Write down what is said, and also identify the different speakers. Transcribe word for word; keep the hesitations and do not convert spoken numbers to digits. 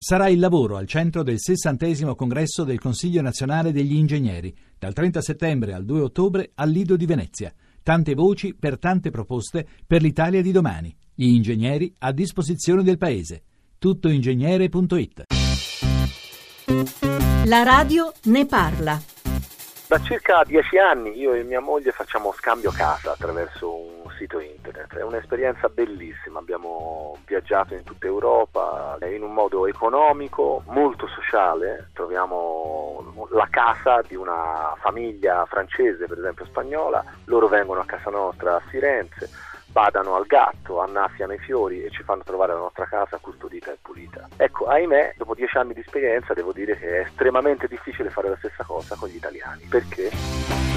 Speaker 1: Sarà il lavoro al centro del sessantesimo congresso del Consiglio Nazionale degli Ingegneri, dal trenta settembre al due ottobre al Lido di Venezia. Tante voci per tante proposte per l'Italia di domani. Gli ingegneri a disposizione del Paese. tuttoingegnere punto it.
Speaker 2: La radio ne parla.
Speaker 3: Da circa dieci anni io e mia moglie facciamo scambio casa attraverso un sito internet. È un'esperienza bellissima, abbiamo viaggiato in tutta Europa in un modo economico, molto sociale. Troviamo la casa di una famiglia francese, per esempio spagnola, loro vengono a casa nostra a Firenze, badano al gatto, annaffiano i fiori e ci fanno trovare la nostra casa custodita e pulita. Ecco, ahimè, dopo dieci anni di esperienza devo dire che è estremamente difficile fare la stessa cosa con gli italiani. Perché?